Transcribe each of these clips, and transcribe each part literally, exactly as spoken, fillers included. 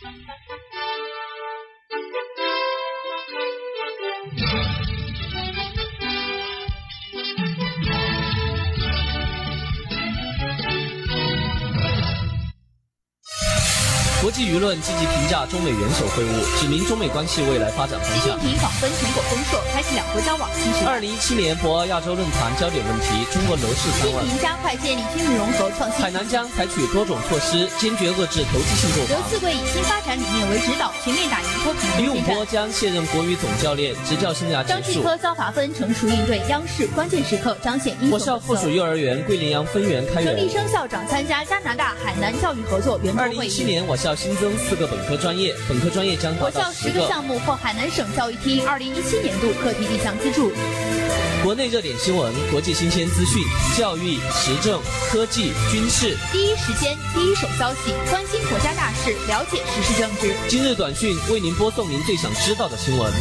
国际舆论积极评价中美元首会晤，指明中美关系未来发展方向。 习近平访问成果丰硕，开启两国交往新时代。 二零一七年博鳌亚洲论坛焦点问题：中国楼市三万。 习近平加快建立军民融合创新。 海南将采取多种措施，坚决遏制投机性购房。 刘四贵以新发展理念为指导，全面打赢脱贫攻。 李永波将卸任国语总教练，执教生涯结束。 张继科遭罚分，成熟应对央视关键时刻彰显英雄本色。 我校附属幼儿园桂林阳分园开园。 陈立生校长参加加拿大海南教育合作圆桌会议。 二零一七年我校新增四个本科专业，本科专业将达到十个。 我校十个项目获海南省教育厅二零一七年度课题立项资助。 国内热点新闻、国际新鲜资讯、教育、时政、科技、军事， 第一时间、第一手消息，关心国家大事，了解时事政治。 今日短讯为您播送您最想知道的新闻。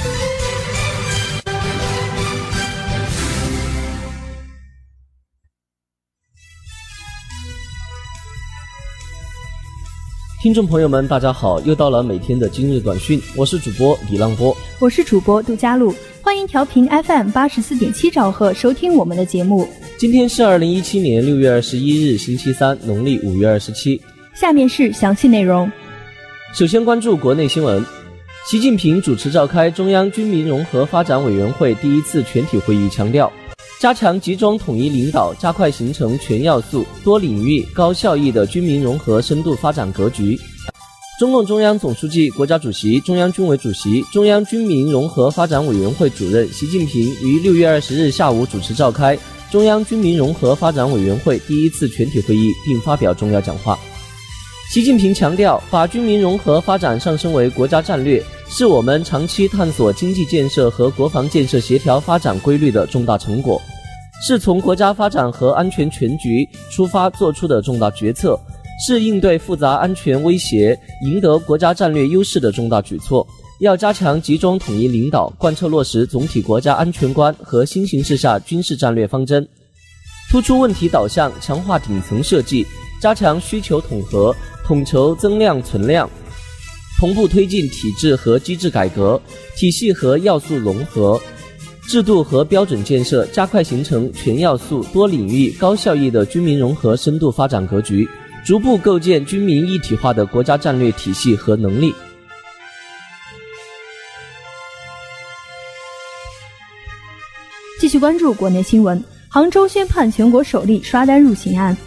听众朋友们，大家好，又到了每天的今日短讯，我是主播李浪波， 我是主播杜佳璐，欢迎调频 F M 八十四点七兆赫收听我们的节目。 今天是二零一七年六月二十一日，星期三，农历五月二十七。 下面是详细内容。 首先关注国内新闻，习近平主持召开中央军民融合发展委员会第一次全体会议，强调加强集中统一领导，加快形成全要素、多领域、高效益的军民融合深度发展格局。中共中央总书记、国家主席、中央军委主席、中央军民融合发展委员会主任习近平于六月二十日下午主持召开中央军民融合发展委员会第一次全体会议，并发表重要讲话。习近平强调，把军民融合发展上升为国家战略，是我们长期探索经济建设和国防建设协调发展规律的重大成果，是从国家发展和安全全局出发做出的重大决策，是应对复杂安全威胁、赢得国家战略优势的重大举措。要加强集中统一领导，贯彻落实总体国家安全观和新形势下军事战略方针，突出问题导向，强化顶层设计，加强需求统合，统筹增量存量，同步推进体制和机制改革、体系和要素融合、制度和标准建设，加快形成全要素、多领域、高效益的军民融合深度发展格局，逐步构建军民一体化的国家战略体系和能力。 继续关注国内新闻，杭州宣判全国首例刷单入刑案。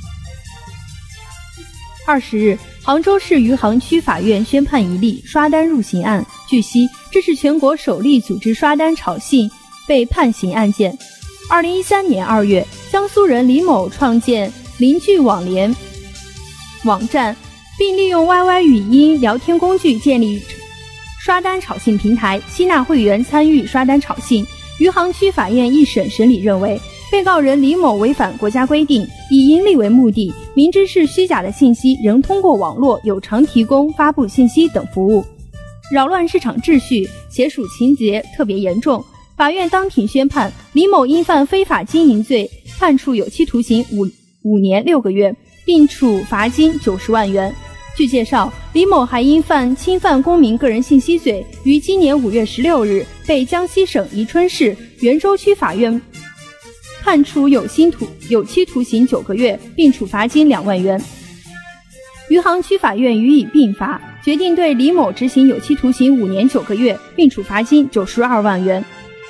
二十日，杭州市余杭区法院宣判一例刷单入刑案。据悉，这是全国首例组织刷单炒信被判刑案件。二零一三年二月，江苏人李某创建邻居网联网站，并利用 Y Y 语音聊天工具建立刷单炒信平台，吸纳会员参与刷单炒信。余杭区法院一审审理认为，被告人李某违反国家规定，以盈利为目的，明知是虚假的信息，仍通过网络有偿提供发布信息等服务，扰乱市场秩序，且属情节特别严重。法院当庭宣判，李某因犯非法经营罪，判处有期徒刑五五年六个月，并处罚金九十万元。据介绍，李某还因犯侵犯公民个人信息罪，于今年五月十六日被江西省宜春市袁州区法院判处有期徒有期徒刑九个月，并处罚金两万元。余杭区法院予以并罚，决定对李某执行有期徒刑五年九个月，并处罚金九十二万元。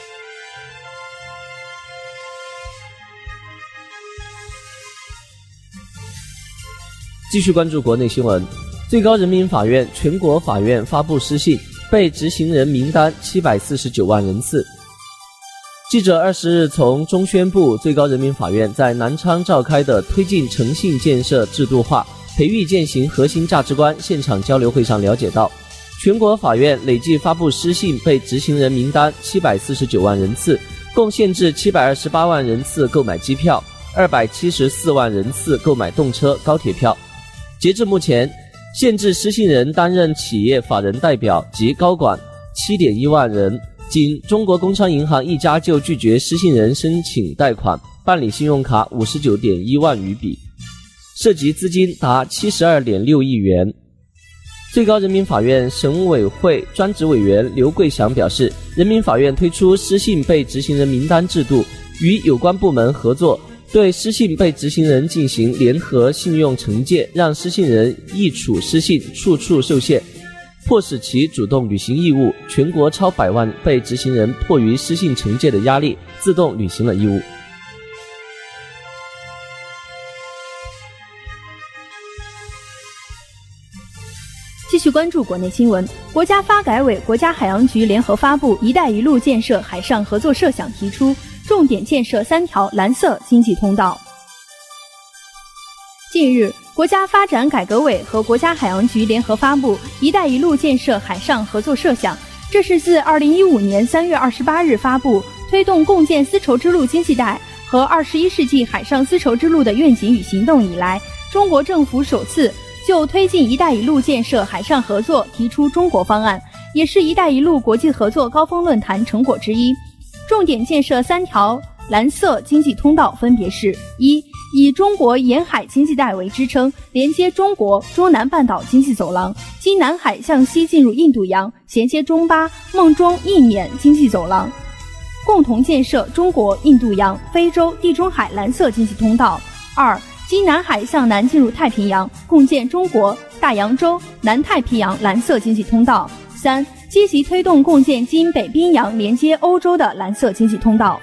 继续关注国内新闻，最高人民法院、全国法院发布失信，被执行人名单七百四十九万人次。记者二十日从中宣部、最高人民法院在南昌召开的推进诚信建设制度化、培育践行核心价值观现场交流会上了解到，全国法院累计发布失信被执行人名单七百四十九万人次，共限制七百二十八万人次购买机票，二百七十四万人次购买动车、高铁票。截至目前，限制失信人担任企业法人代表及高管 七点一万人，仅中国工商银行一家就拒绝失信人申请贷款，办理信用卡 五十九点一万余笔，涉及资金达 七十二点六亿元。 最高人民法院审委会专职委员刘桂祥表示，人民法院推出失信被执行人名单制度，与有关部门合作，对失信被执行人进行联合信用惩戒，让失信人一处失信，处处受限，迫使其主动履行义务。全国超百万被执行人迫于失信惩戒的压力，自动履行了义务。 继续关注国内新闻，国家发改委、国家海洋局联合发布“一带一路”建设海上合作设想，提出重点建设三条蓝色经济通道。近日，国家发展改革委和国家海洋局联合发布“一带一路”建设海上合作设想，这是自二零一五年三月二十八日发布推动共建丝绸之路经济带和二十一世纪海上丝绸之路的愿景与行动以来，中国政府首次就推进“一带一路”建设海上合作提出中国方案，也是“一带一路”国际合作高峰论坛成果之一。重点建设三条蓝色经济通道分别是：一、以中国沿海经济带为支撑，连接中国中南半岛经济走廊，经南海向西进入印度洋，衔接中巴、孟中、印缅经济走廊，共同建设中国、印度洋、非洲、地中海蓝色经济通道。二、经南海向南进入太平洋，共建中国大洋洲、南太平洋蓝色经济通道。三、积极推动共建经北冰洋连接欧洲的蓝色经济通道。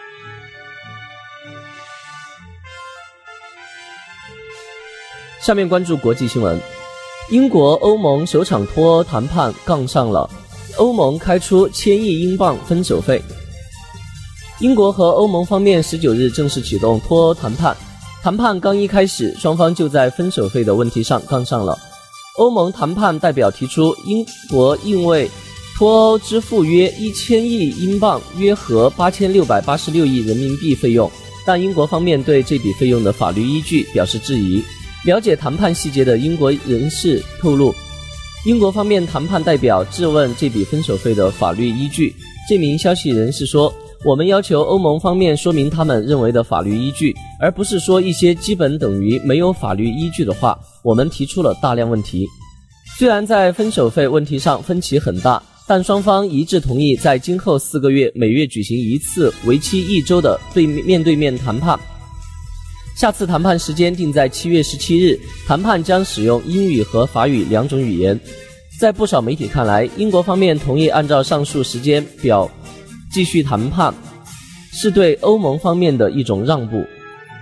下面关注国际新闻，英国欧盟首场脱欧谈判杠上了，欧盟开出千亿英镑分手费。英国和欧盟方面十九日正式启动脱欧谈判，谈判刚一开始，双方就在分手费的问题上杠上了。欧盟谈判代表提出，英国应为脱欧支付约一千亿英镑，约合八千六百八十六亿人民币费用，但英国方面对这笔费用的法律依据表示质疑。了解谈判细节的英国人士透露，英国方面谈判代表质问这笔分手费的法律依据。这名消息人士说，我们要求欧盟方面说明他们认为的法律依据，而不是说一些基本等于没有法律依据的话。我们提出了大量问题。虽然在分手费问题上分歧很大，但双方一致同意在今后四个月每月举行一次为期一周的对面对面谈判。下次谈判时间定在七月十七日，谈判将使用英语和法语两种语言。在不少媒体看来，英国方面同意按照上述时间表继续谈判，是对欧盟方面的一种让步。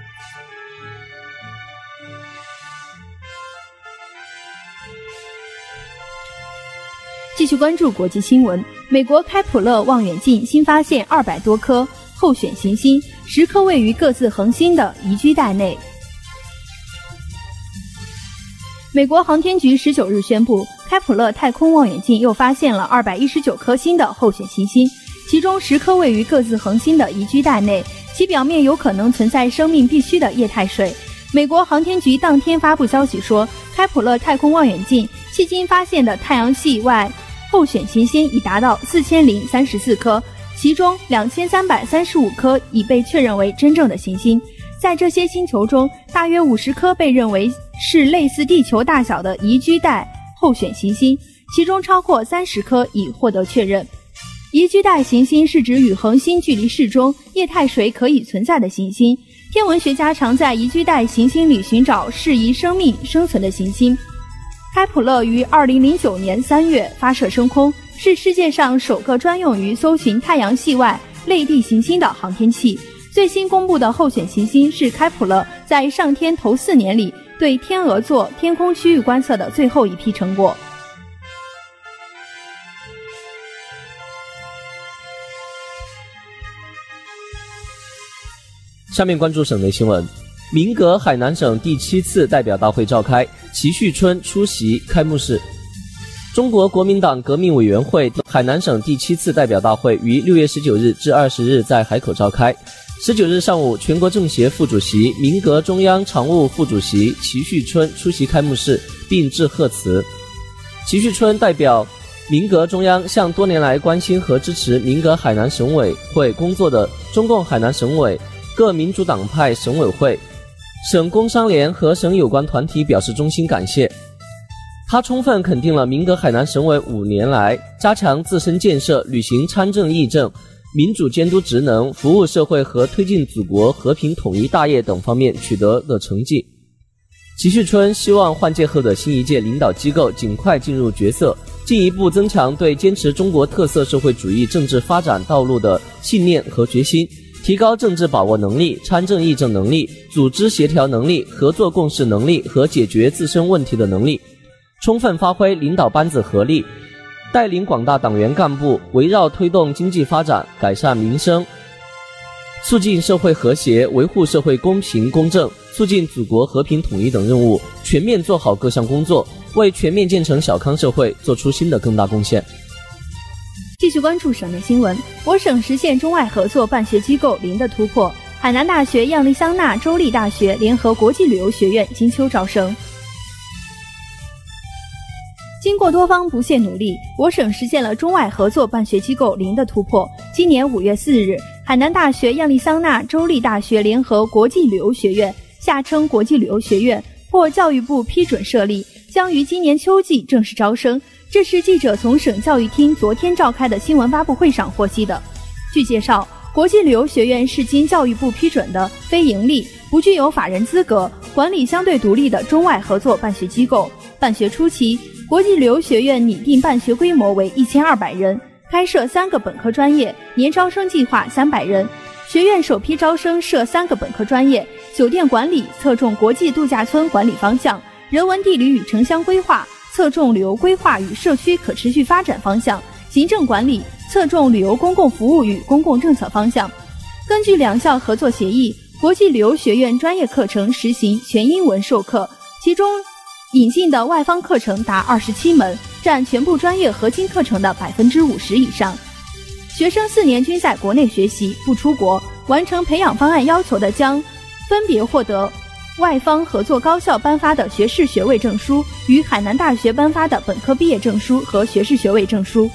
继续关注国际新闻，美国开普勒望远镜新发现二百多颗候选行星，十颗位于各自恒星的宜居带内。美国航天局十九日宣布，开普勒太空望远镜又发现了二百一十九颗新的候选行星，其中十颗位于各自恒星的宜居带内，其表面有可能存在生命必需的液态水。美国航天局当天发布消息说，开普勒太空望远镜迄今发现的太阳系外候选行星已达到四千零三十四颗，其中两千三百三十五颗已被确认为真正的行星。在这些星球中，大约五十颗被认为是类似地球大小的宜居带候选行星，其中超过三十颗已获得确认。宜居带行星是指与恒星距离适中、液态水可以存在的行星。天文学家常在宜居带行星里寻找适宜生命生存的行星。开普勒于二零零九年三月发射升空，是世界上首个专用于搜寻太阳系外类地行星的航天器。最新公布的候选行星是开普勒在上天头四年里对天鹅座天空区域观测的最后一批成果。 下面关注省内新闻，民革海南省第七次代表大会召开，齐旭春出席开幕式。中国国民党革命委员会海南省第七次代表大会于六月十九日至二十日在海口召开。十九日上午，全国政协副主席、民革中央常务副主席齐旭春出席开幕式并致贺词。齐旭春代表民革中央向多年来关心和支持民革海南省委会工作的中共海南省委、各民主党派省委会、省工商联和省有关团体表示衷心感谢。 他充分肯定了民革海南省委五年来加强自身建设、履行参政议政、民主监督职能、服务社会和推进祖国和平统一大业等方面取得的成绩。齐旭春希望换届后的新一届领导机构尽快进入角色，进一步增强对坚持中国特色社会主义政治发展道路的信念和决心，提高政治把握能力、参政议政能力、组织协调能力、合作共事能力和解决自身问题的能力，充分发挥领导班子合力，带领广大党员干部围绕推动经济发展、改善民生、促进社会和谐、维护社会公平公正、促进祖国和平统一等任务，全面做好各项工作，为全面建成小康社会做出新的更大贡献。 继续关注省内新闻，我省实现中外合作办学机构零的突破，海南大学、亚利桑那州立大学联合国际旅游学院金秋招生。经过多方不懈努力，我省实现了中外合作办学机构零的突破。今年五月四日，海南大学、亚利桑那州立大学联合国际旅游学院（下称国际旅游学院）获教育部批准设立，将于今年秋季正式招生。这是记者从省教育厅昨天召开的新闻发布会上获悉的。据介绍，国际旅游学院是经教育部批准的非营利、不具有法人资格、管理相对独立的中外合作办学机构。办学初期，国际旅游学院拟定办学规模为一千二百人，开设三个本科专业，年招生计划三百人。学院首批招生设三个本科专业：酒店管理侧重国际度假村管理方向，人文地理与城乡规划侧重旅游规划与社区可持续发展方向，行政管理侧重旅游公共服务与公共政策方向。根据两校合作协议，国际旅游学院专业课程实行全英文授课，其中引进的外方课程达二十七门，占全部专业核心课程的 百分之五十 以上。学生四年均在国内学习，不出国，完成培养方案要求的将分别获得外方合作高校颁发的学士学位证书与海南大学颁发的本科毕业证书和学士学位证书。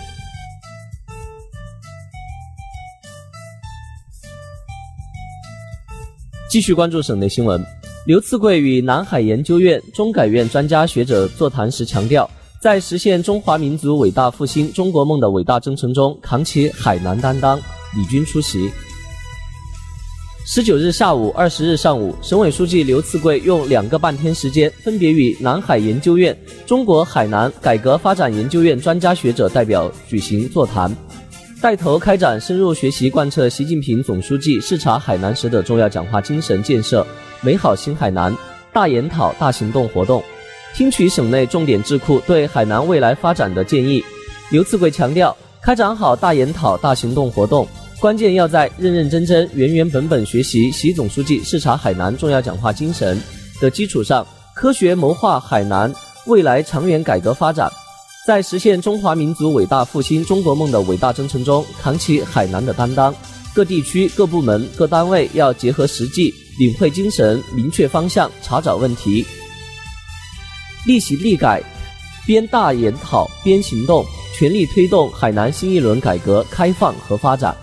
继续关注省内新闻，刘赐贵与南海研究院、中改院专家学者座谈时强调，在实现中华民族伟大复兴中国梦的伟大征程中扛起海南担当。李军出席。十九日下午、二十日上午，省委书记刘赐贵用两个半天时间，分别与南海研究院、中国海南改革发展研究院专家学者代表举行座谈，带头开展深入学习贯彻习近平总书记视察海南时的重要讲话精神建设美好新海南大研讨大行动活动，听取省内重点智库对海南未来发展的建议。刘赐贵强调，开展好大研讨大行动活动，关键要在认认真真、原原本本学习习总书记视察海南重要讲话精神的基础上，科学谋划海南未来长远改革发展，在实现中华民族伟大复兴中国梦的伟大征程中扛起海南的担当。各地区、各部门、各单位要结合实际，领会精神，明确方向，查找问题，立习立改，边大研讨边行动，全力推动海南新一轮改革开放和发展。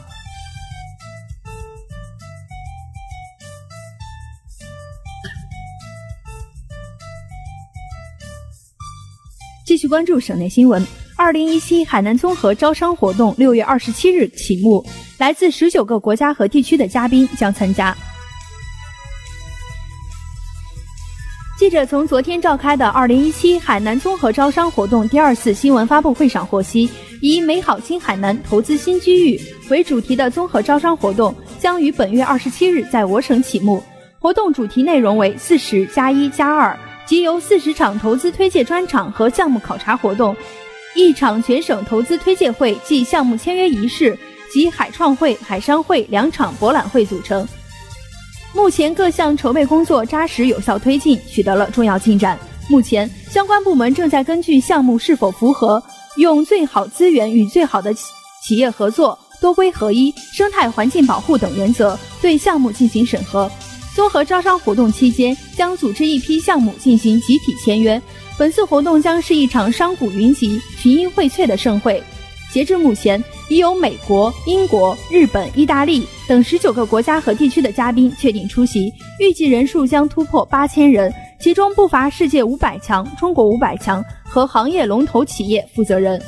继续关注省内新闻。二零一七海南综合招商活动六月二十七日启幕，来自十九个国家和地区的嘉宾将参加。记者从昨天召开的二零一七海南综合招商活动第二次新闻发布会上获悉，以美好新海南投资新机遇为主题的综合招商活动将于本月二十七日在我省启幕。活动主题内容为四十加一加二，即由四十场投资推介专场和项目考察活动，一场全省投资推介会暨项目签约仪式及海创会、海商会两场博览会组成。目前各项筹备工作扎实有效推进，取得了重要进展。目前相关部门正在根据项目是否符合用最好资源与最好的企业合作、多规合一、生态环境保护等原则对项目进行审核。综合招商活动期间将组织一批项目进行集体签约。本次活动将是一场商贾云集、群英荟萃的盛会。截至目前，已有美国、英国、日本、意大利等十九个国家和地区的嘉宾确定出席，预计人数将突破八千人，其中不乏世界五百强、中国五百强和行业龙头企业负责人。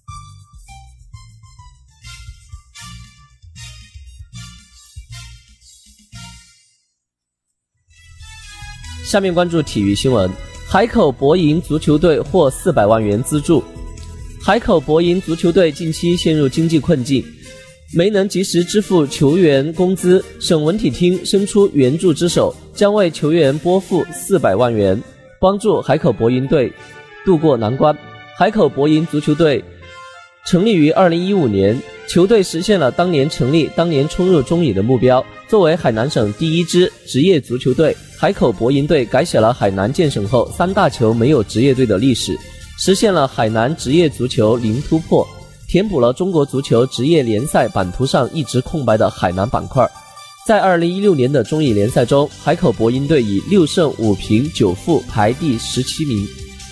下面关注体育新闻。海口博银足球队获四百万元资助。海口博银足球队近期陷入经济困境，没能及时支付球员工资，省文体厅伸出援助之手，将为球员拨付四百万元，帮助海口博银队渡过难关。海口博银足球队成立于二零一五年，球队实现了当年成立、当年冲入中乙的目标。作为海南省第一支职业足球队，海口博银队改写了海南建省后三大球没有职业队的历史，实现了海南职业足球零突破，填补了中国足球职业联赛版图上一直空白的海南板块。在二零一六年的中乙联赛中，海口博银队以六胜五平九负排第十七名。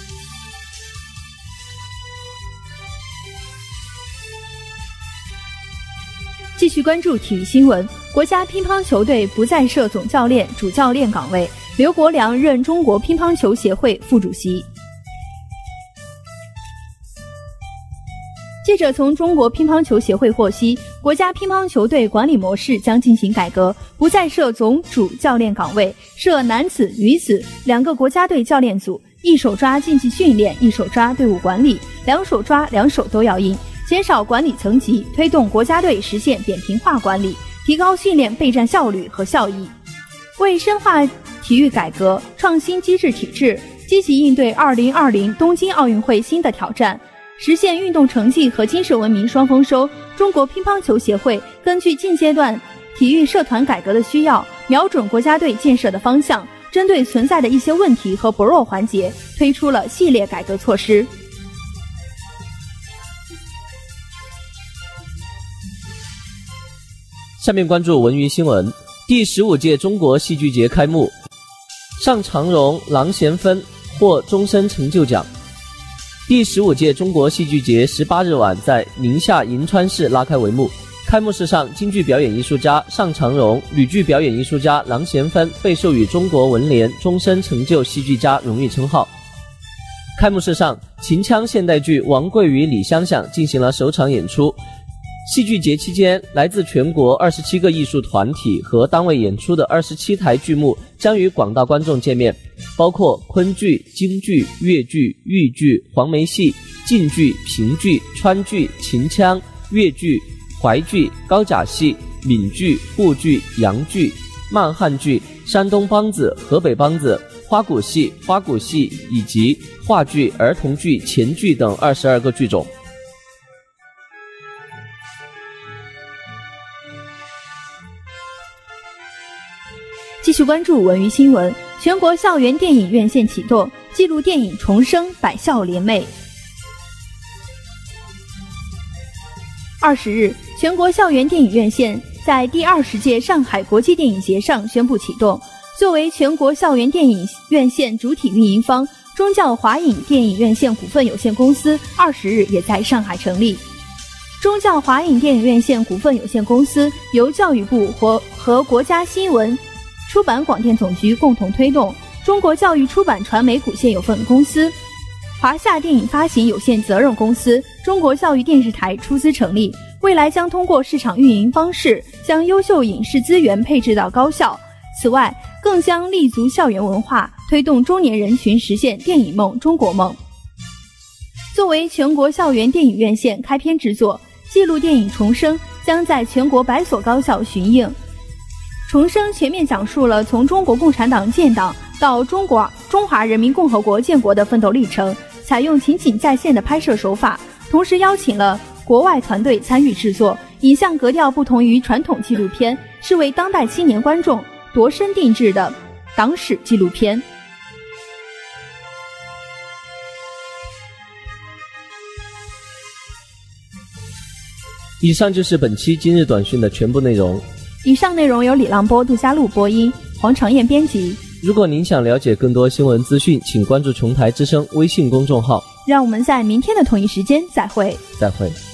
继续关注体育新闻，国家乒乓球队不再设总教练、主教练岗位，刘国梁任中国乒乓球协会副主席。记者从中国乒乓球协会获悉，国家乒乓球队管理模式将进行改革，不再设总主教练岗位，设男子、女子两个国家队教练组，一手抓竞技训练，一手抓队伍管理，两手抓，两手都要硬，减少管理层级，推动国家队实现扁平化管理，提高训练备战效率和效益。为深化体育改革、创新机制体制，积极应对二零二零东京奥运会新的挑战，实现运动成绩和精神文明双丰收，中国乒乓球协会根据近阶段体育社团改革的需要，瞄准国家队建设的方向，针对存在的一些问题和薄弱环节，推出了系列改革措施。 下面关注文娱新闻。第十五届中国戏剧节开幕，尚长荣、郎咸芬获终身成就奖。第十五届中国戏剧节十八日晚在宁夏银川市拉开帷幕。开幕式上，京剧表演艺术家尚长荣、吕剧表演艺术家郎咸芬被授予中国文联终身成就戏剧家荣誉称号。开幕式上，秦腔现代剧《王贵与李香香》进行了首场演出。戏剧节期间，来自全国二十七个艺术团体和单位演出的二十七台剧目将与广大观众见面，包括昆剧、京剧、粤剧、豫剧、黄梅戏、晋剧、评剧、川剧、秦腔、粤剧、淮剧、高甲戏、闽剧、沪剧、洋剧、曼汉剧、山东梆子、河北梆子、花鼓戏、花鼓戏以及话剧、儿童剧、前剧等二十二个剧种。 继续关注文娱新闻，全国校园电影院线启动，纪录电影重生，百校联袂。二十日，全国校园电影院线在第二十届上海国际电影节上宣布启动。作为全国校园电影院线主体运营方，中教华影电影院线股份有限公司二十日也在上海成立。中教华影电影院线股份有限公司由教育部和和国家新闻出版广电总局共同推动，中国教育出版传媒股份有限公司、华夏电影发行有限责任公司、中国教育电视台出资成立。未来将通过市场运营方式，将优秀影视资源配置到高校。此外，更将立足校园文化，推动中年人群实现电影梦、中国梦。作为全国校园电影院线开篇之作，纪录电影《重生》将在全国百所高校巡映。重生全面讲述了从中国共产党建党到中国中华人民共和国建国的奋斗历程，采用情景再现的拍摄手法，同时邀请了国外团队参与制作，影像格调不同于传统纪录片，是为当代青年观众度身定制的党史纪录片。 以上就是本期今日短讯的全部内容。 以上内容由李浪波、杜佳璐播音，黄长燕编辑。 如果您想了解更多新闻资讯，请关注琼台之声微信公众号。 让我们在明天的同一时间再会。 再会。